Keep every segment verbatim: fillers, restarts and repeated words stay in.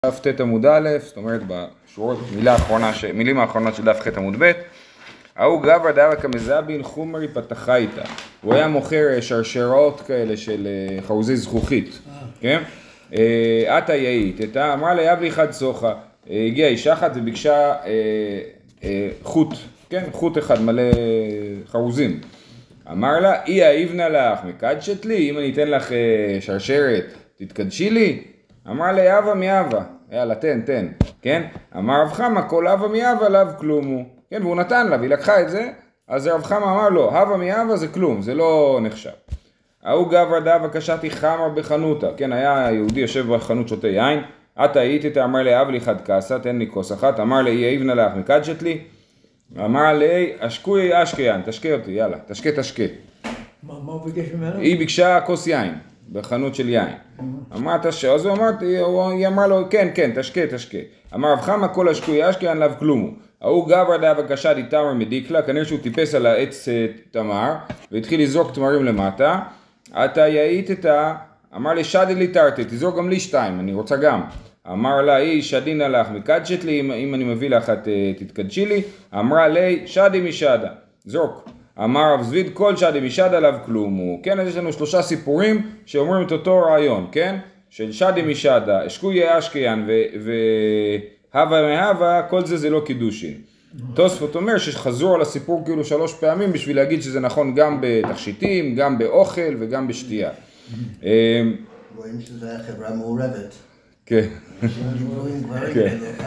דף ט עמוד א', זאת אומרת בשורות מילה האחרונה, מילים האחרונות של דף ח עמוד ב'. ההוא גבר דאבקה מזבין חומרי פתחייתא. הוא היה מוכר שרשראות כאלה של חרוזי זכוכית, כן? עתה יאית, אמרה לה יבלי אחד סוחה, הגיעה אישה אחת וביקשה חוט, כן? חוט אחד מלא חרוזים. אמר לה, אי האיבנה לך, מקדשת לי, אם אני אתן לך שרשרת, תתקדשי לי? אמר לה, אבא מאבא, יאללה, תן, תן, כן? אמר רב חמא, כל אבא מאבא לאו כלום הוא, כן? והוא נתן לה, והיא לקחה את זה, אז רב חמא אמר לו, אבא מאבא זה כלום, זה לא נחשב. ההוא גבר דאבה קשתי חמר בחנותה, כן? היה יהודי יושב בחנות שותה יין, עתה היית, אמר לי, אבא לי חד כסה, תן לי כוס אחת, אמר לי, אי אבנה לך, מקדשת לי? אמר לי, אשקוי אשקיין, תשקה אותי, יאללה, תשקה, תשקה. מה הוא ביקש ממנו? היא ביקשה כוס יין, בחנות של יין. אמר תשקה, אז הוא אמרתי, היא אמרה לו, כן, כן, תשקה, תשקה. אמר רב חמא, כל אשקוי אשקיין לאו כלומו. ההוא גבר דאבה קשתי תמר מדיקלה, כנראה שהוא טיפס על העץ תמר, והתחיל לזרוק תמרים למטה. עתה יאית את ה... אמר לי, שדי לי תרתי, תזרוק גם לי שתיים, אני רוצה גם. אמר לה, היא שדינה לך, מקדשת לי, אם אני מביא לך, את תתקדשי לי. אמרה לי, שדי משדה, זרוק. אמר רב זביד, כל שדי משדה עליו כלום הוא. כן, אז יש לנו שלושה סיפורים שאומרים את אותו רעיון, כן? של שדי משדה, אשקוי אשקיין והווה מהווה, כל זה זה לא קידושין. תוספות אומר שחזרו על הסיפור כאילו שלוש פעמים בשביל להגיד שזה נכון גם בתכשיטים, גם באוכל וגם בשתייה. רואים שזה היה חברה מעורבת. כן. אנשים דיבורים דברים ולא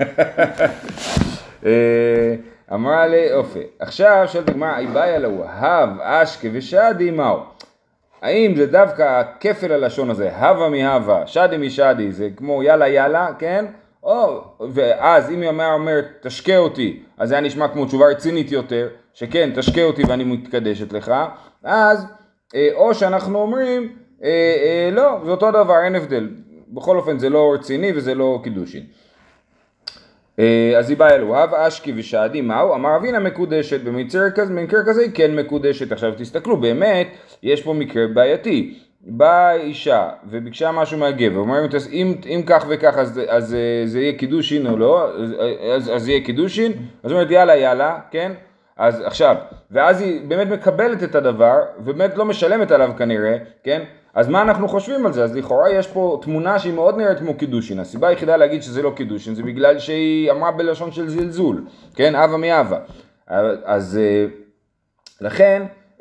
ככה. אמרה לי, אופה, עכשיו שואלת הגמרא, אי באי עלו, הב, אשכה ושדי, מהו? האם זה דווקא הכפל הלשון הזה, הווה מהווה, שדי משדי, זה כמו יאללה יאללה, כן? או, ואז אם היא אומרת, תשקה אותי, אז זה היה נשמע כמו תשובה רצינית יותר, שכן, תשקה אותי ואני מתקדשת לך, אז, או שאנחנו אומרים, לא, זה אותו דבר, אין הבדל, בכל אופן זה לא רציני וזה לא קידושין. אז היא באה אלו, הב אשקי ושעדי מהו? אמר אבינה מקודשת, במקרה כזה, במקרה כזה היא כן מקודשת. עכשיו תסתכלו, באמת יש פה מקרה בעייתי. באה אישה וביקשה משהו מהגבר, אומרים, אם, אם כך וכך אז, אז זה יהיה קידושין או לא, אז, אז זה יהיה קידושין, אז אומרת יאללה יאללה, כן? אז עכשיו, ואז היא באמת מקבלת את הדבר, ובאמת לא משלמת עליו כנראה, כן? אז מה אנחנו חושבים על זה? אז לכאורה יש פה תמונה שהיא מאוד נראית כמו קידושין. הסיבה היחידה להגיד שזה לא קידושין, זה בגלל שהיא אמרה בלשון של זלזול, כן? אבא מאבא. אז לכן,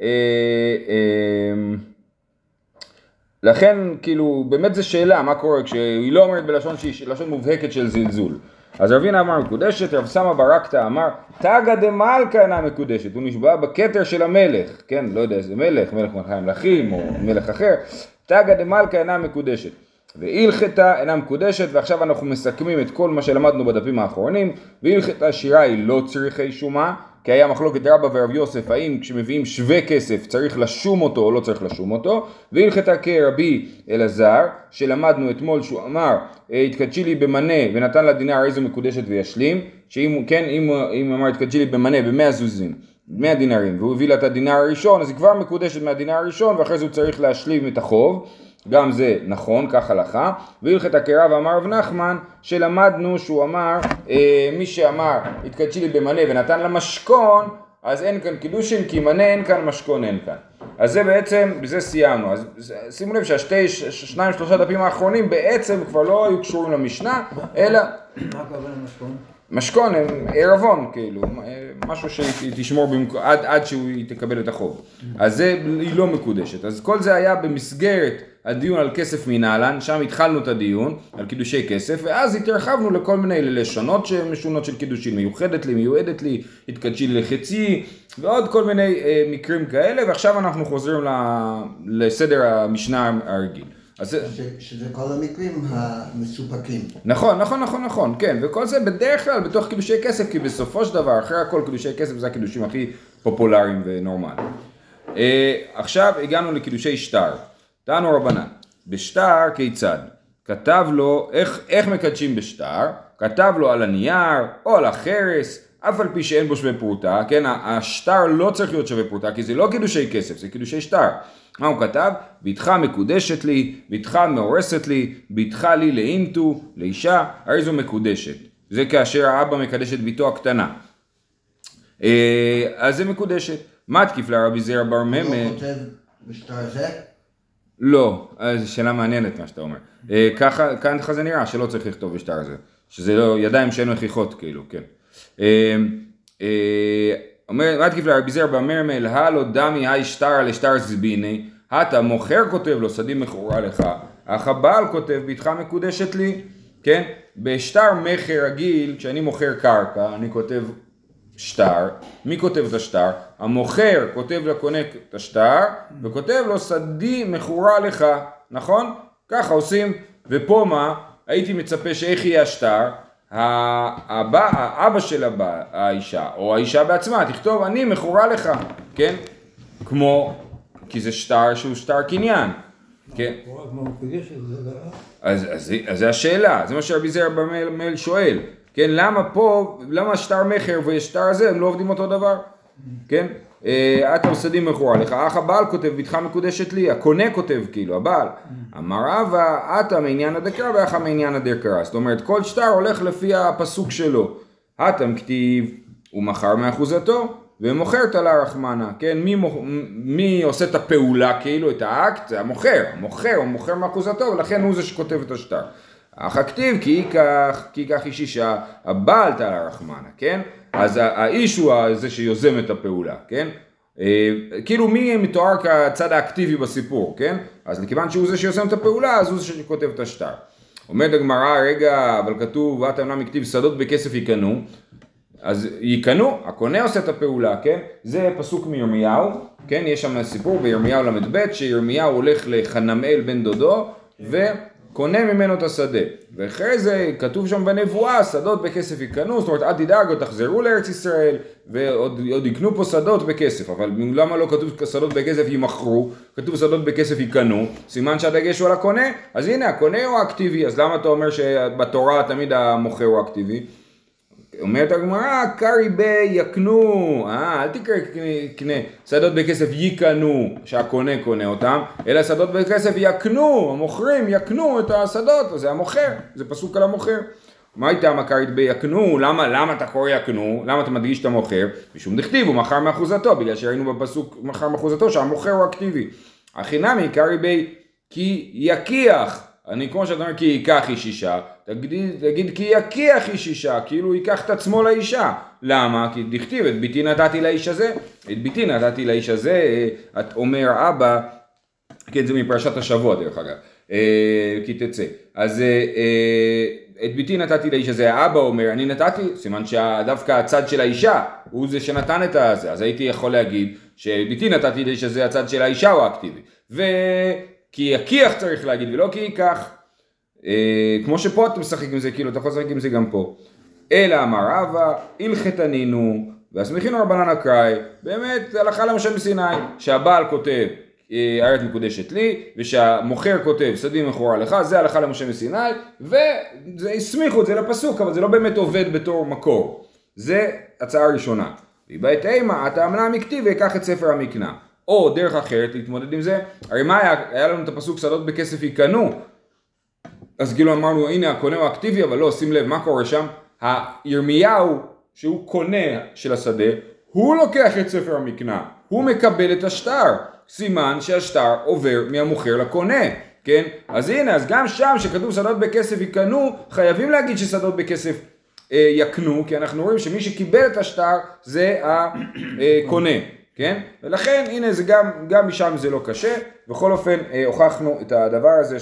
לכן כאילו באמת זו שאלה, מה קורה כשהיא לא אומרת בלשון שהיא לשון מובהקת של זלזול. אז רבינה אמר מקודשת, רב סמא ברקתא אמר, תגא דמלכא אינה מקודשת, הוא נשבע בכתר של המלך, כן, לא יודע איזה מלך, מלך מלכי המלכים או מלך אחר, תגא דמלכא אינה מקודשת, והלכתה אינה מקודשת, ועכשיו אנחנו מסכמים את כל מה שלמדנו בדפים האחרונים, והלכתה שירה היא לא צריכי שומה, כי היה מחלוקת רבא ורב יוסף, האם כשמביאים שווה כסף צריך לשום אותו או לא צריך לשום אותו, והלכתה כרבי אלעזר, שלמדנו אתמול שהוא אמר, התקדשי לי במנה ונתן לה דינר איזו מקודשת וישלים, שאם כן, אם, אם אמר התקדשי לי במנה במאה זוזים, מאה דינרים, והוא הביא לה את הדינר הראשון, אז היא כבר מקודשת מהדינר הראשון, ואחרי זה הוא צריך להשלים את החוב, גם זה נכון, כך הלכה. והלכת הקרא ואמר רב נחמן, שלמדנו שהוא אמר, אה, מי שאמר התקדשי לי במנה ונתן לה משכון, אז אין כאן קידושין, כי מנה אין כאן, משכון אין כאן. אז זה בעצם, בזה סיימנו. אז שימו לב שהשתי, שניים, שלושה דפים האחרונים בעצם כבר לא היו קשורים למשנה, אלא... מה הכוונה משכון? משכון הם ערבון, כאילו, משהו שהיא תשמור במק... עד, עד שהוא תקבל את החוב. אז זה היא לא מקודשת. אז כל זה היה במסגרת הדיון על כסף מנהלן, שם התחלנו את הדיון על קידושי כסף, ואז התרחבנו לכל מיני לשונות משונות של קידושין, מיוחדת לי, מיועדת לי, התקדשי לי לחצי, ועוד כל מיני אה, מקרים כאלה, ועכשיו אנחנו חוזרים לסדר המשנה הרגיל. אז שזה כל המקרים המסופקים. נכון, נכון, נכון, נכון, כן, וכל זה בדרך כלל בתוך קידושי כסף, כי בסופו של דבר, אחרי הכל קידושי כסף זה הקידושים הכי פופולריים ונורמליים. אה, עכשיו הגענו לקידושי שטר, תנו רבנן, בשטר כיצד? כתב לו, איך, איך מקדשים בשטר? כתב לו על הנייר, או על החרס, אף על פי שאין בו שווה פרוטה, כן, השטר לא צריך להיות שווה פרוטה, כי זה לא קידושי כסף, זה קידושי שטר. מה הוא כתב? ביתך מקודשת לי, ביתך מאורסת לי, ביתך לי לאינטו, לאישה, הרי זו מקודשת. זה כאשר האבא מקדש את ביתו הקטנה. אז זה מקודשת. מתקיף לרבי זרע בר ממה. הוא לא כותב בשטר זה? לא, זו שאלה מעניינת מה שאתה אומר. ככה, כאן זה נראה שלא צריך לכתוב בשטר הזה. שזה לא ידיים שאין מחיכות כאילו, כן. אומר, מתקיף לרבי זרע בר ממה, הלו דמי היי שטר לשטר זביני, אתה מוכר כותב לו שדים מכורה לך, אך הבעל כותב ביתך מקודשת לי, כן? בשטר מחר רגיל, כשאני מוכר קרקע, אני כותב שטר, מי כותב את השטר? המוכר כותב לקונה את השטר, וכותב לו שדי מכורה לך, נכון? ככה עושים, ופה מה? הייתי מצפה שאיך יהיה השטר, האבא, האבא של הבא, האישה, או האישה בעצמה, תכתוב אני מכורה לך, כן? כמו, כי זה שטר שהוא שטר קניין, כן? מה מקודשת זה לא... אז, אז, אז זה השאלה, זה מה שרבי זרע בר ממה שואל, כן, למה פה, למה שטר מחר ושטר הזה הם לא עובדים אותו דבר, כן? אתה מסדים מכורה לך, אך הבעל כותב ביתך מקודשת לי, הקונה כותב כאילו, הבעל, אמר אבא, אתה מעניין הדקרא ואחא מעניין הדקרא, זאת אומרת כל שטר הולך לפי הפסוק שלו, אתם כתיב הוא מכר מאחוזתו ומוכרת על הרחמנה, כן? מי, מי עושה את הפעולה כאילו, את האקט, זה המוכר, המוכר הוא מוכר מאחוזתו ולכן הוא זה שכותב את השטר. אך הכתיב כי ייקח, כי ייקח איש אישה, הבעל תל הרחמנה, כן? אז האיש הוא זה שיוזם את הפעולה, כן? כאילו מי מתואר כצד האקטיבי בסיפור, כן? אז לכיוון שהוא זה שיוזם את הפעולה, אז הוא זה שכותב את השטר. עומד הגמרא, רגע, אבל כתוב, ואתם למה כתיב שדות בכסף יקנו, אז יקנו, הקונה עושה את הפעולה, כן? זה פסוק מירמיהו, כן? יש שם סיפור בירמיהו למד ב' שירמיהו הולך לחנמאל בן דודו, וקונה ממנו את השדה. ואחרי זה כתוב שם בנבואה, שדות בכסף יקנו, זאת אומרת, עד תדאגו, תחזרו לארץ ישראל, ועוד יקנו פה שדות בכסף, אבל למה לא כתוב שדות בכסף ימכרו, כתוב שדות בכסף יקנו, סימן שהדגש הוא על הקונה, אז הנה, הקונה הוא אקטיבי, אז למה אתה אומר שבתורה תמיד המוכר הוא אקטיבי? אומרת הגמרא, קרי בי יקנו, אה, אל תקרא קנה, שדות בכסף יקנו, שהקונה קונה אותם, אלא שדות בכסף יקנו, המוכרים יקנו את השדות, אז זה המוכר, זה פסוק על המוכר. מה הייתה המקרית בי יקנו, למה, למה אתה קורא יקנו, למה אתה מדגיש את המוכר? משום דכתיב, הוא מכר מאחוזתו, בגלל שראינו בפסוק מכר מאחוזתו, שהמוכר הוא אקטיבי. החינמי, קרי בי כי יקיח, אני כמו שאתה אומר כי ייקח איש אישה, תגיד, תגיד כי יקיח איש אישה, כאילו הוא ייקח את עצמו לאישה. למה? כי דכתיב, את ביתי נתתי לאיש הזה, את ביתי נתתי לאיש הזה, את אומר אבא, כן זה מפרשת השבוע דרך אגב, אה, כי תצא. אז אה, אה, את ביתי נתתי לאיש הזה, האבא אומר, אני נתתי, סימן שדווקא הצד של האישה, הוא זה שנתן את הזה, אז הייתי יכול להגיד, שביתי נתתי לאיש הזה, הצד של האישה הוא אקטיבי. ו... כי יקיח צריך להגיד, ולא כי ייקח. אה, כמו שפה אתה משחק עם זה, כאילו אתה יכול לשחק עם זה גם פה. אלא אמר רבא, הלכתנינו, והסמיכינו רבנן אקראי, באמת הלכה למשה מסיני, שהבעל כותב, הארץ מקודשת לי, ושהמוכר כותב, שדים מכורה לך, זה הלכה למשה מסיני, וזה הסמיכו את זה לפסוק, אבל זה לא באמת עובד בתור מקור. זה הצעה ראשונה. ובעת אימה, אתה אמנה המכתיב ויקח את ספר המקנה. או דרך אחרת להתמודד עם זה, הרי מה היה, היה לנו את הפסוק שדות בכסף יקנו, אז כאילו אמרנו הנה הקונה הוא אקטיבי, אבל לא, שים לב מה קורה שם, הירמיהו שהוא קונה של השדה, הוא לוקח את ספר המקנה, הוא מקבל את השטר, סימן שהשטר עובר מהמוכר לקונה, כן? אז הנה, אז גם שם שכתוב שדות בכסף יקנו, חייבים להגיד ששדות בכסף אה, יקנו, כי אנחנו רואים שמי שקיבל את השטר זה הקונה. כן? ולכן הנה זה גם, גם משם זה לא קשה, בכל אופן אה, הוכחנו את הדבר הזה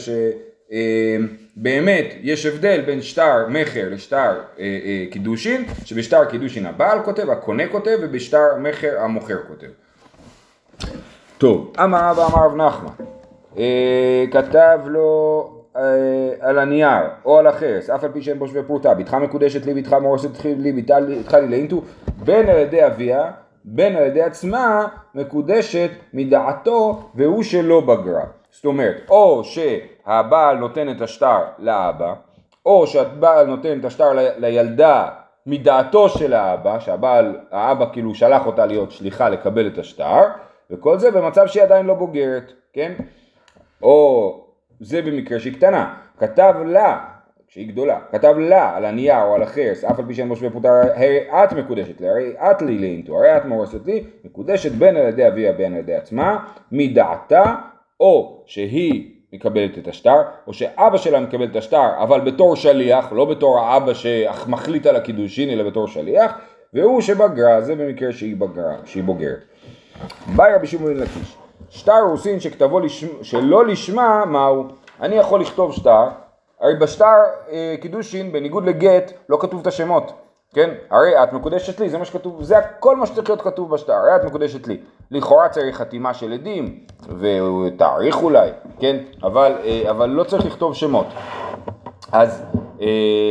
שבאמת אה, יש הבדל בין שטר מחר לשטר אה, אה, קידושין, שבשטר קידושין הבעל כותב, הקונה כותב, ובשטר מחר המוכר כותב. טוב, אמר אבא אמר רב נחמן, אה, כתב לו אה, על הנייר או על החרס, אף על פי שאין בו שווה פרוטה, ביתך מקודשת לי, ביתך מאורסת לי, ביתך לי לאינטו, בין על ידי אביה, בין על ידי עצמה מקודשת מדעתו והוא שלא בגרה. זאת אומרת, או שהבעל נותן את השטר לאבא, או שהבעל נותן את השטר ל- לילדה מדעתו של האבא, שהבעל, האבא כאילו שלח אותה להיות שליחה לקבל את השטר, וכל זה במצב שהיא עדיין לא בוגרת, כן? או זה במקרה שהיא קטנה, כתב לה, שהיא גדולה, כתב לה על הנייר או על החרס, אף על פי שאין מושווה פוטר, הרי את מקודשת לי, הרי את לי לאינטו, הרי את מורסת לי, מקודשת בין על ידי אביה בין על ידי עצמה, מדעתה, או שהיא מקבלת את השטר, או שאבא שלה מקבל את השטר, אבל בתור שליח, לא בתור האבא שמחליט על הקידושין, אלא בתור שליח, והוא שבגרה, זה במקרה שהיא בגרה, שהיא בוגרת. ביי רבי שמעון בן לקיש, שטר רוסין שכתבו לשמה, שלא לשמה, מהו? אני יכול לכתוב שטר, הרי בשטר אה, קידושין, בניגוד לגט, לא כתוב את השמות, כן? הרי את מקודשת לי, זה מה שכתוב, זה כל מה שצריך להיות כתוב בשטר, הרי את מקודשת לי. לכאורה צריך חתימה של עדים, ותאריך אולי, כן? אבל, אה, אבל לא צריך לכתוב שמות. אז, אה,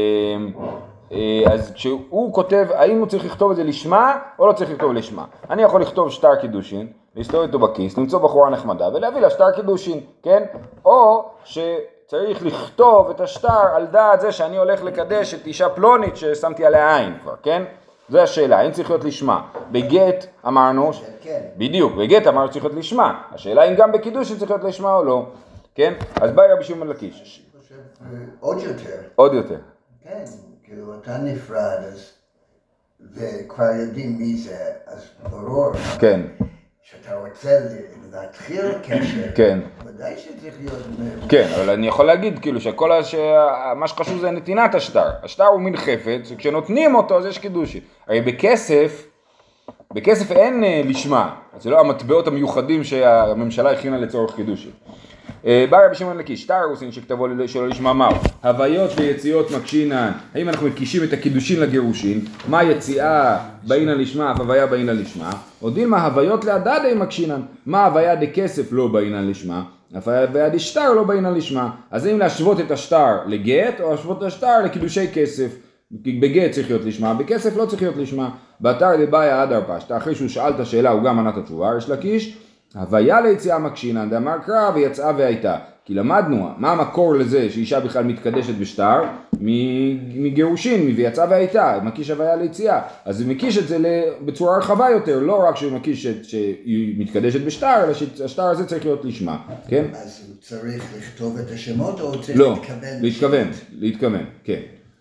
אה, אז כשהוא כותב, האם הוא צריך לכתוב את זה לשמה, או לא צריך לכתוב לשמה? אני יכול לכתוב שטר קידושין, להסתובב אותו בכיס, למצוא בחורה נחמדה, ולהביא לה שטר קידושין, כן? או ש... צריך לכתוב את השטר על דעת זה שאני הולך לקדש את אישה פלונית ששמתי עליה עין כבר, כן? זו השאלה, האם צריך להיות לשמה. בגט אמרנו, כן. בדיוק, בגט אמרנו שצריך להיות לשמה. השאלה אם גם בקידוש צריך להיות לשמה או לא, כן? אז ביי רבי שמעון בן לקיש. אני חושב עוד יותר. עוד יותר. כן, כאילו אתה נפרד, אז, וכבר יודעים מי זה, אז ברור. כן. שאתה רוצה להתחיל קשר, כן. ודאי שצריך להיות... כן, אבל אני יכול להגיד כאילו שכל הש... מה שחשוב זה נתינת השטר. השטר הוא מין חפץ, וכשנותנים אותו אז יש קידושי. הרי בכסף, בכסף אין לשמה, זה לא המטבעות המיוחדים שהממשלה הכינה לצורך קידושי. ביי רבי שמעון בן לקיש, שטר רוסין שכתבו שלא לשמה מהו? הוויות ויציאות מקשינן, האם אנחנו מקישים את הקידושין לגירושין? מה יציאה באינן לשמה, אף הוויה באינן לשמה? או דילמה הוויות להדדי מקשינן, מה הוויה דכסף לא באינן לשמה? אף הוויה דשטר לא באינן לשמה. אז האם להשוות את השטר לגט, או להשוות את השטר לקידושי כסף? בגט צריך להיות לשמה, בכסף לא צריך להיות לשמה. באתר דבעיה עד הרפשטה, אחרי שהוא שאל את השאלה הוא גם ענה את התשובה, יש לקיש הוויה ליציאה מקשינן, דאמר קרא ויצאה והייתה. כי למדנו, מה המקור לזה שאישה בכלל מתקדשת בשטר? מגירושין, ויצאה והייתה, מקיש הוויה ליציאה. אז הוא מקיש את זה בצורה רחבה יותר, לא רק שהוא מקיש שהיא מתקדשת בשטר, אלא שהשטר הזה צריך להיות לשמה, כן? אז הוא צריך לכתוב את השמות, או הוא צריך לא, להתכוון? להתכוון, להתכוון, כן.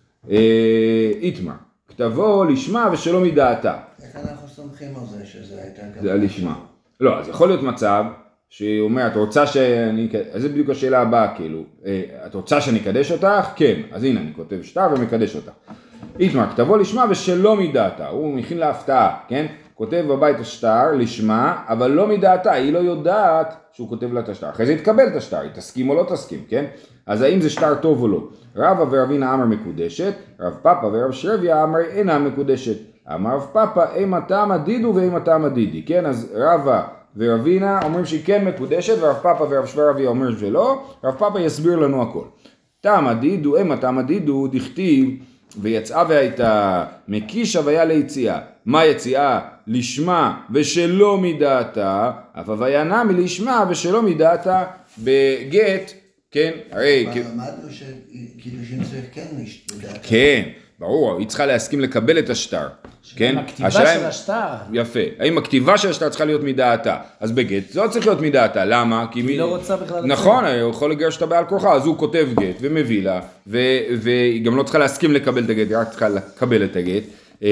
איתמר, כתבו לשמה ושלא מדעתה. איך אנחנו סומכים על זה שזה הייתה... זה על לשמה. לא, אז יכול להיות מצב שהיא אומרת, את רוצה שאני, אז זה בדיוק השאלה הבאה, כאילו, את רוצה שאני אקדש אותך? כן, אז הנה, אני כותב שטר ומקדש אותך. איתמר, כתבו לשמה ושלא מדעתה, הוא מכין לה הפתעה, כן? כותב בבית השטר לשמה, אבל לא מדעתה, היא לא יודעת שהוא כותב לה את השטר. אחרי זה יתקבל את השטר, היא תסכים או לא תסכים, כן? אז האם זה שטר טוב או לא? רבא ורבינה אמר מקודשת, רב פאפה ורב שרביה אמר אינה מקודשת. אמר רב פאפה, אימה תמה דידו ואימה תמה דידי, כן? אז רבא ורבינה אומרים שהיא כן מקודשת, ורב פאפה ורב שרביה אומרים שלא, רב פאפה יסביר לנו הכל. תמה דידו, אימה תמה דידו, דכתיב, ויצאה והייתה מקיש הוויה ליציאה. מה יציאה? לשמה ושלא מדעתה, אף הוויה נמי לשמה ושלא מדעתה בגט, כן? הרי... אבל למדנו שקידושין צריך כן לדעת. כן, ברור, היא צריכה להסכים לקבל את השטר. כן? הכתיבה של השטר. יפה. האם הכתיבה של השטר צריכה להיות מדעתה? אז בגט זה לא צריך להיות מדעתה. למה? כי היא לא רוצה בכלל... נכון, הוא יכול לגרש אותה בעל כורחה, אז הוא כותב גט ומביא לה, והיא גם לא צריכה להסכים לקבל את הגט, היא רק צריכה לקבל את הגט.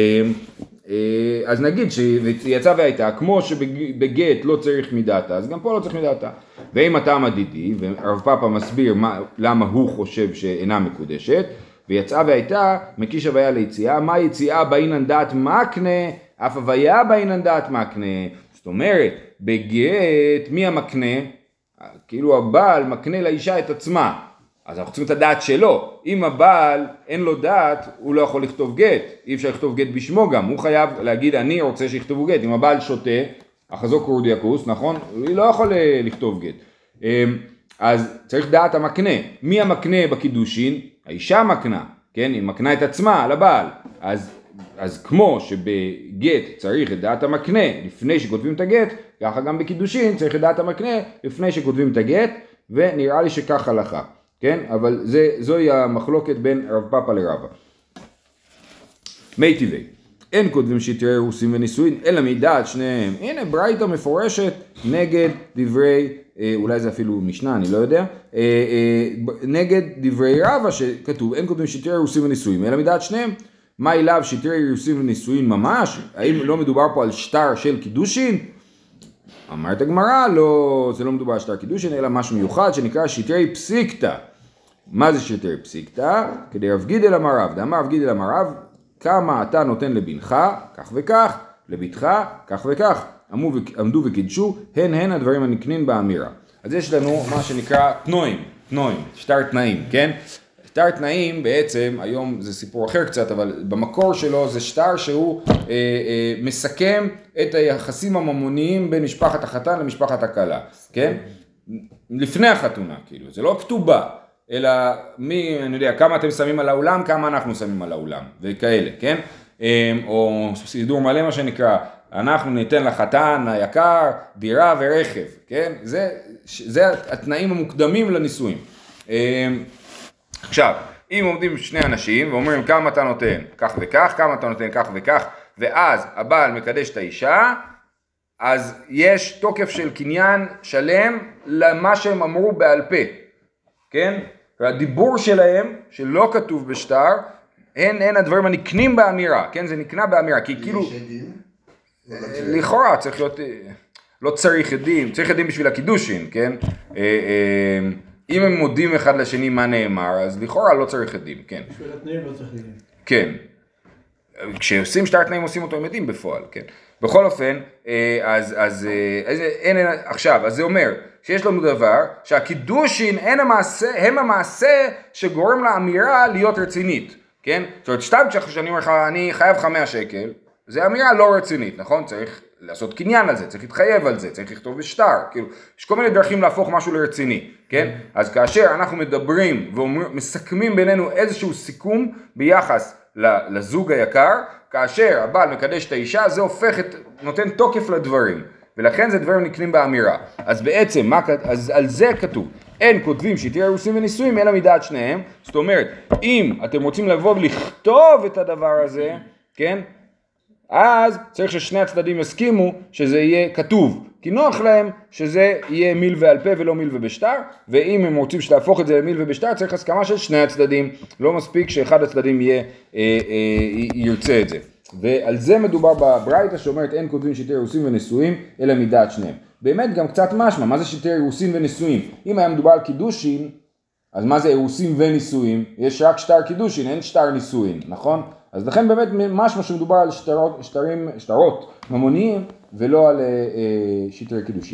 אז נגיד שהיא יצאה והייתה, כמו שבגט לא צריך מדעתה, אז גם פה לא צריך מדעתה. ואם אתה מדידי, ורב פאפה מסביר למה הוא חושב שאינה מקודשת, ויצאה והייתה, מקיש הוויה ליציאה, מה יציאה באינן דעת מקנה, אף הוויה באינן דעת מקנה. זאת אומרת, בגט, מי המקנה? כאילו הבעל מקנה לאישה את עצמה, אז אנחנו צריכים את הדעת שלו. אם הבעל אין לו דעת, הוא לא יכול לכתוב גט, אי אפשר לכתוב גט בשמו גם, הוא חייב להגיד אני רוצה שיכתבו גט. אם הבעל שותה, החזוק קורדיאקוס, נכון? הוא לא יכול לכתוב גט. אז צריך דעת המקנה. מי המקנה בקידושין? האישה מקנה, כן? היא מקנה את עצמה על הבעל. אז, אז כמו שבגט צריך את דעת המקנה לפני שכותבים את הגט, ככה גם בקידושין צריך את דעת המקנה לפני שכותבים את הגט, ונראה לי שכך הלכה, כן? אבל זה, זוהי המחלוקת בין רב פאפה לרבא. מי טבעי. אין כותבים שטרי אירוסין ונישואין, אלא מדעת שניהם. הנה ברייתא מפורשת נגד דברי, אולי זה אפילו משנה, אני לא יודע, נגד דברי רבא שכתוב, אין כותבים שטרי אירוסין ונישואין, אלא מדעת שניהם. מה אליו שטרי אירוסין ונישואין ממש? האם לא מדובר פה על שטר של קידושין? אמרת הגמרא, לא, זה לא מדובר על שטר קידושין, אלא משהו מיוחד שנקרא שטרי פסיקתא. מה זה שטרי פסיקתא? כדי רב גידל אמר רב, דאמר רב גידל אמר רב, כמה אתה נותן לבנך, כך וכך, לביתך, כך וכך, עמדו וקידשו, הן הן הדברים הנקנים באמירה. אז יש לנו מה שנקרא תנועים, תנועים, שטר תנאים, כן? שטר תנאים בעצם, היום זה סיפור אחר קצת, אבל במקור שלו זה שטר שהוא אה, אה, מסכם את היחסים הממוניים בין משפחת החתן למשפחת הכלה, כן? לפני החתונה, כאילו, זה לא כתובה. אלא מי, אני יודע, כמה אתם שמים על האולם, כמה אנחנו שמים על האולם, וכאלה, כן? או סידור מלא מה שנקרא, אנחנו ניתן לחתן היקר, דירה ורכב, כן? זה, זה התנאים המוקדמים לנישואים. עכשיו, אם עומדים שני אנשים ואומרים כמה אתה נותן, כך וכך, כמה אתה נותן, כך וכך, ואז הבעל מקדש את האישה, אז יש תוקף של קניין שלם למה שהם אמרו בעל פה, כן? והדיבור שלהם, שלא כתוב בשטר, הן, הן הדברים הנקנים באמירה, כן? זה נקנה באמירה, כי כאילו, לכאורה צריך להיות, לא צריך עדים, צריך עדים בשביל הקידושין, כן? אם הם מודים אחד לשני מה נאמר, אז לכאורה לא צריך עדים, כן? בשביל התנאים לא צריך עדים. כן. כשעושים שטר תנאים עושים אותו עם עדים בפועל, כן? בכל אופן, אז, אז, אז אין, עכשיו, אז זה אומר, שיש לנו דבר שהקידושין הם המעשה, הם המעשה שגורם לאמירה להיות רצינית, כן? זאת אומרת, שתם כשאני אומר לך, אני חייב לך מאה שקל, זה אמירה לא רצינית, נכון? צריך לעשות קניין על זה, צריך להתחייב על זה, צריך לכתוב בשטר, כאילו, יש כל מיני דרכים להפוך משהו לרציני, כן? אז כאשר אנחנו מדברים ומסכמים בינינו איזשהו סיכום ביחס לזוג היקר, כאשר הבעל מקדש את האישה, זה הופך את, נותן תוקף לדברים. ולכן זה דברים נקנים באמירה. אז בעצם, מה, אז על זה כתוב, אין כותבים שטרי אירוסין ונישואין אלא מדעת שניהם. זאת אומרת, אם אתם רוצים לבוא ולכתוב את הדבר הזה, כן? אז צריך ששני הצדדים יסכימו שזה יהיה כתוב. כי נוח להם שזה יהיה מיל ועל פה ולא מיל ובשטר, ואם הם רוצים שתהפוך את זה למיל ובשטר, צריך הסכמה של שני הצדדים. לא מספיק שאחד הצדדים יהיה, אה, אה, ירצה את זה. ועל זה מדובר בברייתא שאומרת אין כותבים שטרי אירוסין ונישואין אלא מדעת שניהם. באמת גם קצת משמע, מה זה שטרי אירוסין ונישואין? אם היה מדובר על קידושין, אז מה זה אירוסין ונישואין? יש רק שטר קידושין, אין שטר נישואין, נכון? אז לכן באמת משמע שמדובר על שטרות, שטרים, שטרות ממוניים ולא על אה, אה, שטרי קידושין.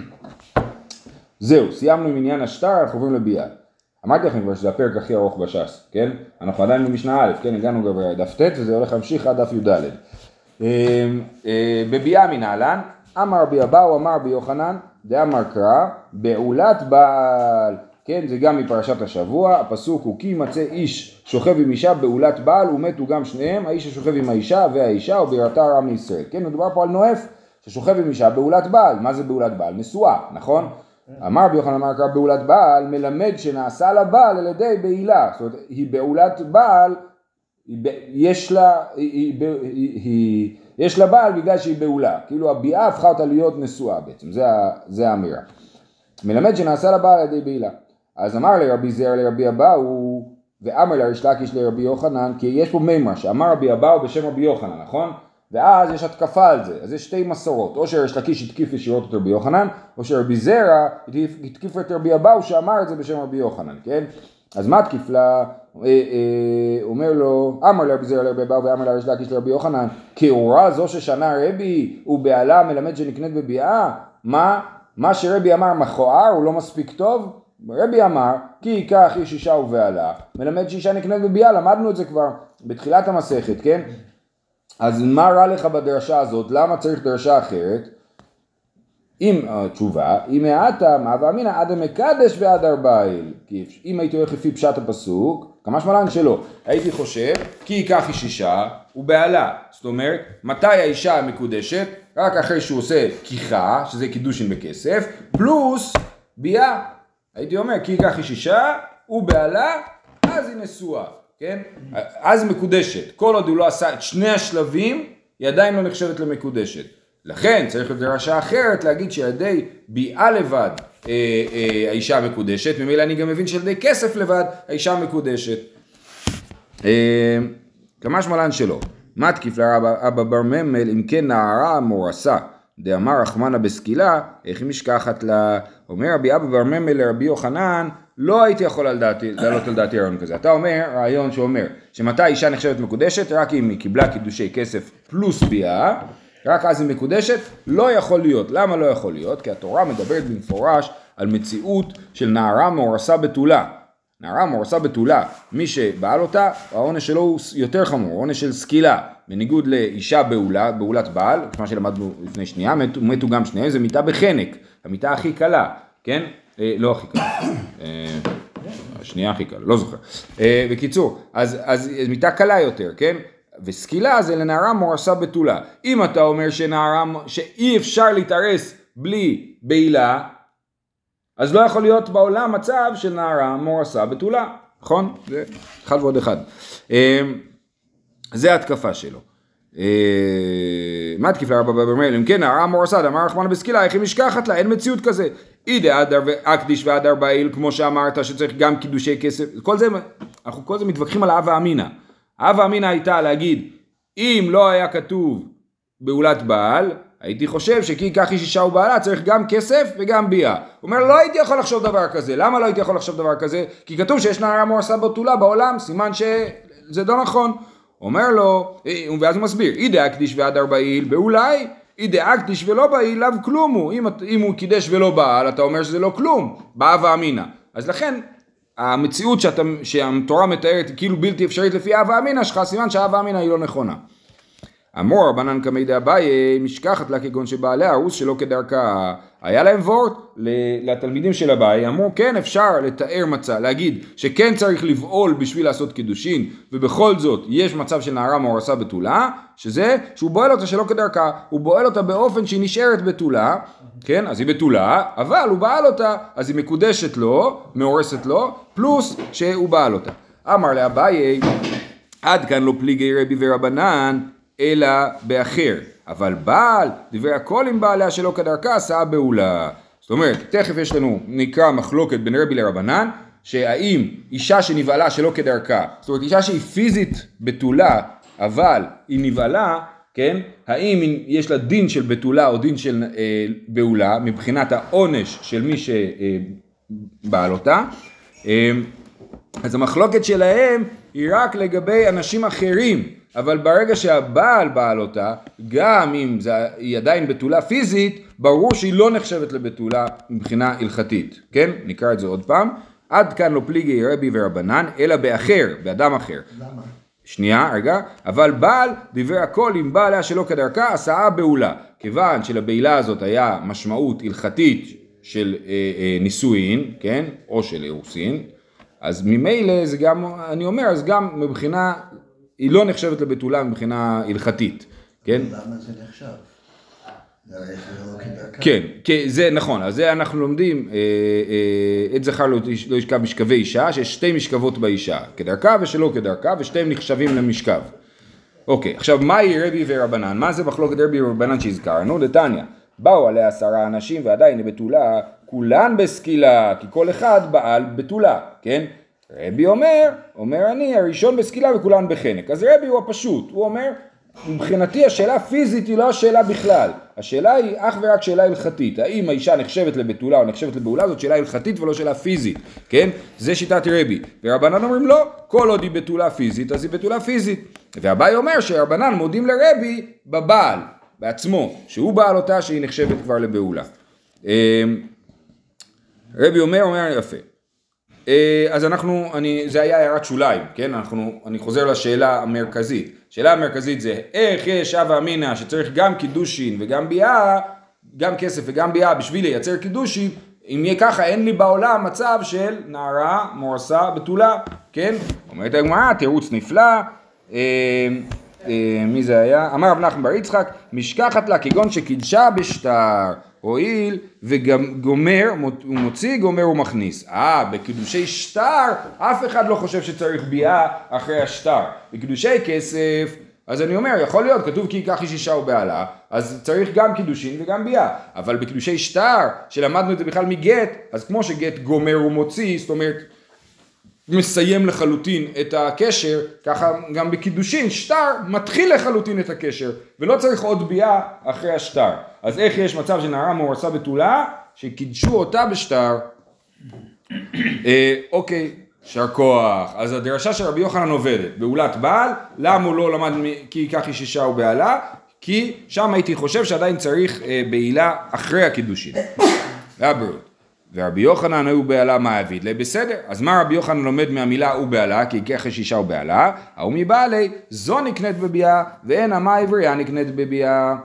זהו, סיימנו עם עניין השטר, אנחנו עוברים לביאה. אמרתי לכם כבר שזה הפרק הכי ארוך בש"ס, כן? אנחנו עדיין במשנה א', כן? הגענו גם לדף ט' וזה הולך להמשיך עד דף י"ד. בביאה מנהלן, אמר רבי אבאו, אמר רבי יוחנן, דאמר קרא, בעולת בעל, כן? זה גם מפרשת השבוע, הפסוק הוא כי מצא איש שוכב עם אישה בעולת בעל, ומתו גם שניהם, האיש ששוכב עם האישה והאישה, ובירתה רע מישראל. כן? מדובר פה על נואף ששוכב עם אישה בעולת בעל. מה זה בעולת בעל? נשואה, נכון? אמר רבי יוחנן אמר קרא בעולת בעל, מלמד שנעשה לבעל על ידי בעילה. זאת אומרת, היא בעולת בעל, יש לה, היא, היא, היא, יש לה בעל בגלל שהיא בעולה. כאילו הביאה הפכה אותה להיות נשואה בעצם, זה, זה האמירה. מלמד שנעשה לבעל על ידי בעילה. אז אמר לרבי זרע לרבי אבאו, ואמר לריש לקיש לרבי יוחנן, כי יש פה מימרה, שאמר רבי אבאו בשם רבי יוחנן, נכון? ואז יש התקפה על זה, אז יש שתי מסורות, או שריש לקיש התקיף ישירות את רבי יוחנן, או שרבי זרע התקיף את רבי אבאו שאמר את זה בשם רבי יוחנן, כן? אז מה התקיף לה? אומר לו, אמר לרבי זרע לרבי אבאו ואמר לריש לקיש לרבי יוחנן, כאורה זו ששנה רבי ובעלה מלמד שנקנית בביאה, מה? מה שרבי אמר מכוער הוא לא מספיק טוב? רבי אמר, כי ייקח איש אישה ובעלה, מלמד שאישה נקנית בביאה, למדנו את זה כבר בתחילת המסכת, כן? אז מה רע לך בדרשה הזאת? למה צריך דרשה אחרת? אם התשובה, אם העתה, מה ואמינא אדם מקדש ועד ארבעיל. כי אם הייתי הולך לפי פשט הפסוק, כמה שמלן שלא, הייתי חושב, כי ייקח איש אישה ובעלה. זאת אומרת, מתי האישה המקודשת? רק אחרי שהוא עושה כיחה, שזה קידושין בכסף, פלוס ביאה. הייתי אומר, כי ייקח איש אישה ובעלה, אז היא נשואה. כן? אז מקודשת. כל עוד הוא לא עשה את שני השלבים, היא עדיין לא נחשבת למקודשת. לכן צריך לדרשה אחרת להגיד שידי ביאה לבד אה, אה, האישה מקודשת, ממילא אני גם מבין שידי כסף לבד האישה מקודשת. אה, כמה שמלן שלו. מתקיף לאבא בר ממל, אם כן נערה מורסה, דאמר רחמנה בסקילה, איך היא משכחת לה, אומר רבי אבא בר ממל לרבי יוחנן, לא הייתי יכול לעלות על דעתי רעיון כזה. אתה אומר, רעיון שאומר, שמתי אישה נחשבת מקודשת, רק אם היא קיבלה קידושי כסף פלוס ביאה, רק אז היא מקודשת, לא יכול להיות. למה לא יכול להיות? כי התורה מדברת במפורש על מציאות של נערה מורסה בתולה. נערה מורסה בתולה, מי שבעל אותה, העונש שלו הוא יותר חמור, עונש של סקילה, בניגוד לאישה בעולה, בעולת בעל, כמו שלמדנו לפני שנייה, מתו, מתו גם שניהם, זה מיטה בחנק, המיטה הכי קלה, כן? אה, לא הכי קלה, אה, השנייה הכי קלה, לא זוכר. אה, בקיצור, אז, אז מיטה קלה יותר, כן? וסקילה זה לנערה מורסה בתולה. אם אתה אומר שנערה, שאי אפשר להתארס בלי בעילה, אז לא יכול להיות בעולם מצב של נערה מורסה בתולה, נכון? זה אחד ועוד אחד. זה התקפה שלו. מה תקיף לרבא בר ממל? אם כן, נערה מורסה, דאמר רחמנא בסקילה, איך היא משכחת לה? אין מציאות כזה. אידה אדר ואקדיש ואדר בעיל, כמו שאמרת, שצריך גם קידושי כסף. כל זה, אנחנו כל זה מתווכחים על האב האמינא. האב האמינא הייתה להגיד, אם לא היה כתוב בעולת בעל, הייתי חושב שכי כך איש אישה ובעלה צריך גם כסף וגם ביאה. הוא אומר, לא הייתי יכול לחשוב דבר כזה. למה לא הייתי יכול לחשוב דבר כזה? כי כתוב שיש נערה מורסה בתולה בעולם, סימן שזה לא נכון. אומר לו, ואז הוא מסביר, אידה אקדיש ואדר בעיל, באולי, אידה אקדיש ולא בעיל, לאו כלום הוא. אם, אם הוא קידש ולא בעל, אתה אומר שזה לא כלום, באב האמינא. אז לכן, המציאות שאתה, שהתורה מתארת היא כאילו בלתי אפשרית לפי האב האמינא שלך, סימן שהאב האמינא היא לא נכונה. אמור רבנן קמי דאביי משכחת לה כגון שבעלי הרוס שלא כדרכה. היה להם וורט לתלמידים של אביי, אמרו כן אפשר לתאר מצב, להגיד שכן צריך לבעול בשביל לעשות קידושין, ובכל זאת יש מצב של נערה מורסה בתולה, שזה שהוא בועל אותה שלא כדרכה, הוא בועל אותה באופן שהיא נשארת בתולה, כן, אז היא בתולה, אבל הוא בעל אותה, אז היא מקודשת לו, מאורסת לו, פלוס שהוא בעל אותה. אמר לאביי, עד כאן לא פליגי רבי ורבנן, אלא באחר, אבל בעל, דברי הכל עם בעליה שלא כדרכה, עשה בעולה. זאת אומרת, תכף יש לנו, נקרא מחלוקת בין רבי לרבנן, שהאם אישה שנבעלה שלא כדרכה, זאת אומרת, אישה שהיא פיזית בתולה, אבל היא נבעלה, כן, האם יש לה דין של בתולה או דין של אה, בעולה, מבחינת העונש של מי שבעל אותה, אה, אז המחלוקת שלהם היא רק לגבי אנשים אחרים, אבל ברגע שהבעל בעל אותה, גם אם זה, היא עדיין בתולה פיזית, ברור שהיא לא נחשבת לבתולה מבחינה הלכתית, כן? נקרא את זה עוד פעם. עד כאן לא פליגי רבי ורבנן, אלא באחר, באדם אחר. למה? שנייה, רגע. אבל בעל דיבר הכל עם בעליה שלא כדרכה, עשה בעולה. כיוון שלבעילה הזאת היה משמעות הלכתית של אה, אה, נישואין, כן? או של אירוסין, אז ממילא זה גם, אני אומר, אז גם מבחינה, היא לא נחשבת לבתולה מבחינה הלכתית, כן? למה זה נחשב? זה הרי זה לא כדרכה. כן, כי זה נכון, אז זה אנחנו לומדים, אה, אה, את זכר לא, לא ישכב משכבי אישה, שיש שתי משכבות באישה, כדרכה ושלא כדרכה, ושתיהם נחשבים למשכב. אוקיי, עכשיו מהי רבי ורבנן? מה זה מחלוקת רבי ורבנן שהזכרנו? דתניא, באו עליה עשרה אנשים ועדיין היא בתולה, כולן בסקילה, כי כל אחד בעל בתולה, כן? רבי אומר, אומר אני הראשון בסקילה וכולן בחנק. אז רבי הוא הפשוט, הוא אומר, מבחינתי השאלה פיזית היא לא השאלה בכלל, השאלה היא אך ורק שאלה הלכתית, האם האישה נחשבת לבתולה או נחשבת לבעולה, זאת שאלה הלכתית ולא שאלה פיזית, כן? זה שיטת רבי, ורבנן אומרים לא, כל עוד היא בתולה פיזית אז היא בתולה פיזית, והבאי אומר שרבנן מודים לרבי בבעל, בעצמו, שהוא בעל אותה שהיא נחשבת כבר לבעולה. רבי אומר, אומר יפה. אז אנחנו, אני, זה היה הערת שוליים, כן? אנחנו, אני חוזר לשאלה המרכזית. השאלה המרכזית זה, איך יש הווה אמינא שצריך גם קידושין וגם ביאה, גם כסף וגם ביאה בשביל לייצר קידושין, אם יהיה ככה, אין לי בעולם מצב של נערה מורסה בתולה, כן? אומרת הגמרא, תירוץ נפלא, מי זה היה? אמר רב נחמן בר יצחק, משכחת לה כגון שקידשה בשטר, הואיל וגם גומר, הוא מוציא, גומר ומכניס. אה, בקידושי שטר, אף אחד לא חושב שצריך ביאה אחרי השטר. בקידושי כסף, אז אני אומר, יכול להיות, כתוב כי ייקח איש אישה ובעלה, אז צריך גם קידושין וגם ביאה. אבל בקידושי שטר, שלמדנו את זה בכלל מגט, אז כמו שגט גומר ומוציא, זאת אומרת, מסיים לחלוטין את הקשר, ככה גם בקידושין, שטר מתחיל לחלוטין את הקשר, ולא צריך עוד ביאה אחרי השטר. אז איך יש מצב שנערה מאורסה בתולה, שקידשו אותה בשטר? אה, אוקיי, שר כוח. אז הדרשה של רבי יוחנן עובדת, בעולת בעל, למה הוא לא למד כי ייקח איש אישה ובעלה? כי שם הייתי חושב שעדיין צריך אה, בעילה אחרי הקידושין. והבריאות. ורבי יוחנן הוא בעלה מה אביד לה, בסדר, אז מה רבי יוחנן לומד מהמילה הוא בעלה, כי ייקח איש אישה ובעלה, ההוא מבעלי, זו נקנית בביאה, ואין המה עברייה נקנית בביאה.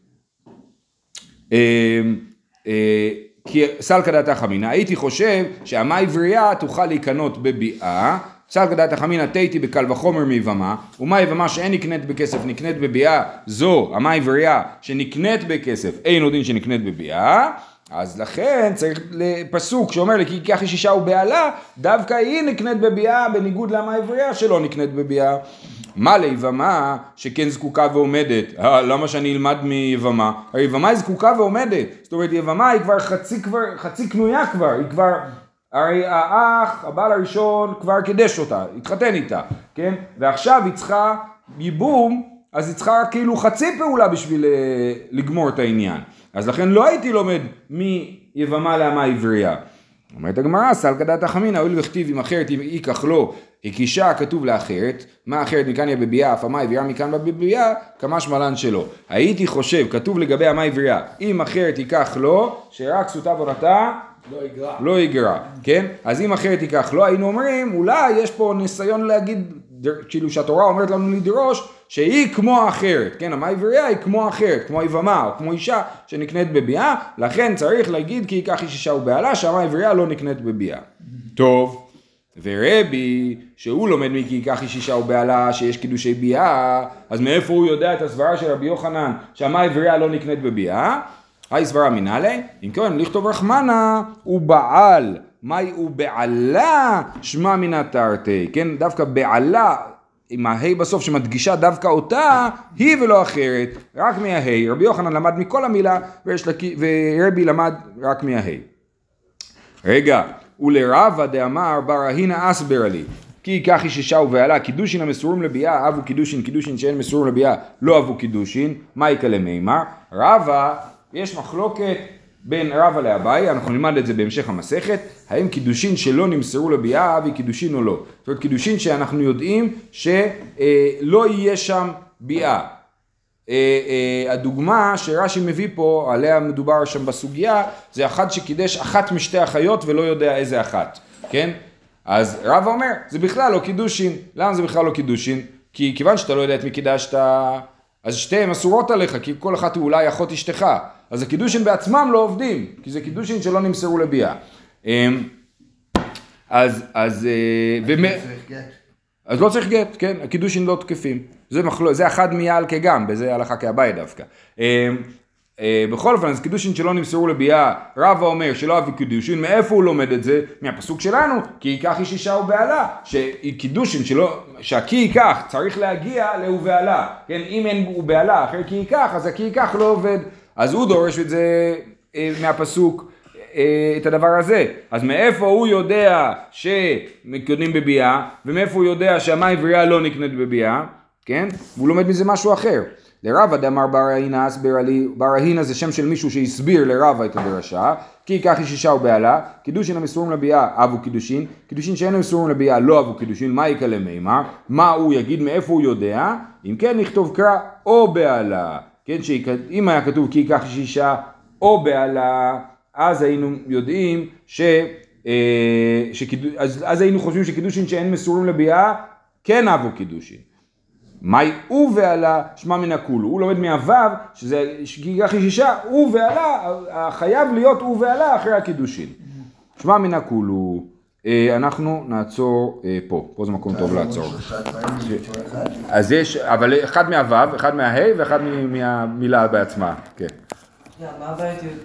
כי סלקא דעתך אמינא, הייתי חושב שהמה עברייה תוכל להיקנות בביאה, סלקא דעתך אמינא תיתי בקל וחומר מיבמה, ומה יבמה שאין נקנית בכסף נקנית בביאה, זו המה עברייה שנקנית בכסף, אין עוד דין שנקנית בביאה, אז לכן צריך לפסוק שאומר לי כי ייקח איש אישה ובעלה, דווקא היא נקנית בביאה בניגוד למה עברייה שלא נקנית בביאה. מה ליבמה שכן זקוקה ועומדת? אה, למה שאני אלמד מיבמה? הרי יבמה היא זקוקה ועומדת, זאת אומרת יבמה היא כבר חצי, כבר, חצי קנויה כבר, היא כבר, הרי האח, הבעל הראשון כבר קידש אותה, התחתן איתה, כן? ועכשיו היא צריכה ייבום, אז היא צריכה כאילו חצי פעולה בשביל לגמור את העניין. אז לכן לא הייתי לומד מיבמה להמה עברייה. אומרת הגמרא, סלקא דעתך אמינא, הואיל וכתיב אם אחרת ייקח לו, הקישה כתוב לאחרת, מה אחרת מכאן יהיה בביאה, אף המה עברייה מכאן בביאה, כמה שמלן שלו. הייתי חושב, כתוב לגבי המה עברייה, אם אחרת ייקח לו, שרק סוטה עונתה, לא יגרע. לא יגרע, כן? אז אם אחרת ייקח לו, היינו אומרים, אולי יש פה ניסיון להגיד, כאילו שהתורה אומרת לנו לדרוש, שהיא כמו אחרת, כן? המה עברייה היא כמו אחרת, כמו יבמה או כמו אישה שנקנית בביאה, לכן צריך להגיד כי ייקח איש אישה ובעלה, שהמה עברייה לא נקנית בביאה. טוב, ורבי, שהוא לומד מכי ייקח איש אישה ובעלה, שיש קידושי ביאה, אז מאיפה הוא יודע את הסברה של רבי יוחנן, שהמה עברייה לא נקנית בביאה? היי סברה מנהלי, אם כן, לכתוב רחמנה, הוא בעל, מהי הוא בעלה, שמע מן התרתי, כן? דווקא בעלה, עם ההי בסוף שמדגישה דווקא אותה, היא ולא אחרת, רק מההי. רבי יוחנן למד מכל המילה, ורבי למד רק מההי. רגע, ולרבא דאמר ברהינא אסבר לי, כי ייקח איש אישה ובעלה, קידושין המסורים לביאה, אבו קידושין, קידושין שאין מסורים לביאה, לא אבו קידושין, מה יקלה מימר? רבא, יש מחלוקת בין רבא לאביי, אנחנו נלמד את זה בהמשך המסכת, האם קידושין שלא נמסרו לביאה, אבי קידושין או לא. זאת אומרת, קידושין שאנחנו יודעים שלא יהיה שם ביאה. הדוגמה שרש"י מביא פה, עליה מדובר שם בסוגיה, זה אחד שקידש אחת משתי אחיות ולא יודע איזה אחת, כן? אז רבא אומר, זה בכלל לא קידושין. למה זה בכלל לא קידושין? כי כיוון שאתה לא יודע את מי קידשת, אז שתיהן אסורות עליך, כי כל אחת הוא אולי אחות אשתך. אז הקידושין בעצמם לא עובדים, כי זה קידושין שלא נמסרו לביאה. אז, אז, אז לא צריך גט, כן? הקידושין לא תקפים. זה, מחלו, זה אחד מיעל כגם, בזה הלכה כאביי דווקא. בכל אופן, אז קידושין שלא נמסרו לביאה, רבא אומר שלא אבי קידושין, מאיפה הוא לומד את זה? מהפסוק שלנו, כי ייקח איש אישה ובעלה, שקידושין שלא, שהכי ייקח צריך להגיע להוא בעלה, כן? אם אין הוא בעלה אחרי כי ייקח, אז הכי ייקח לא עובד, אז הוא דורש את זה מהפסוק, את הדבר הזה. אז מאיפה הוא יודע שמקודמים בביאה, ומאיפה הוא יודע שהמה עברייה לא נקנית בביאה, כן? והוא לומד מזה משהו אחר. לרבא דאמר ברהינא אסבר לי, ברהינא זה שם של מישהו שהסביר לרבא את הדרשה, כי ייקח איש אישה ובעלה, קידושין המסורים לביאה אבו קידושין, קידושין שאינם מסורים לביאה לא אבו קידושין, מה יקלה מימר? מה הוא יגיד, מאיפה הוא יודע? אם כן נכתוב קרא או בעלה, כן? שאם היה כתוב כי ייקח איש אישה או בעלה, אז היינו יודעים ש... אז, אז היינו חושבים שקידושין שאין מסורים לביאה כן אבו קידושין. מהי הוא ועלה, שמע מן הכולו, הוא לומד מהוו, שזה ייקח איש אישה, הוא ועלה, חייב להיות הוא ועלה אחרי הקידושין. שמע מן הכולו, אה, אנחנו נעצור אה, פה, פה זה מקום טוב לעצור. שלושה דברים בתור אחד. אז יש, אבל אחד מהוו, אחד מההי ואחד מ- מהמילה בעצמה, כן. Ja, מה הבעייתיות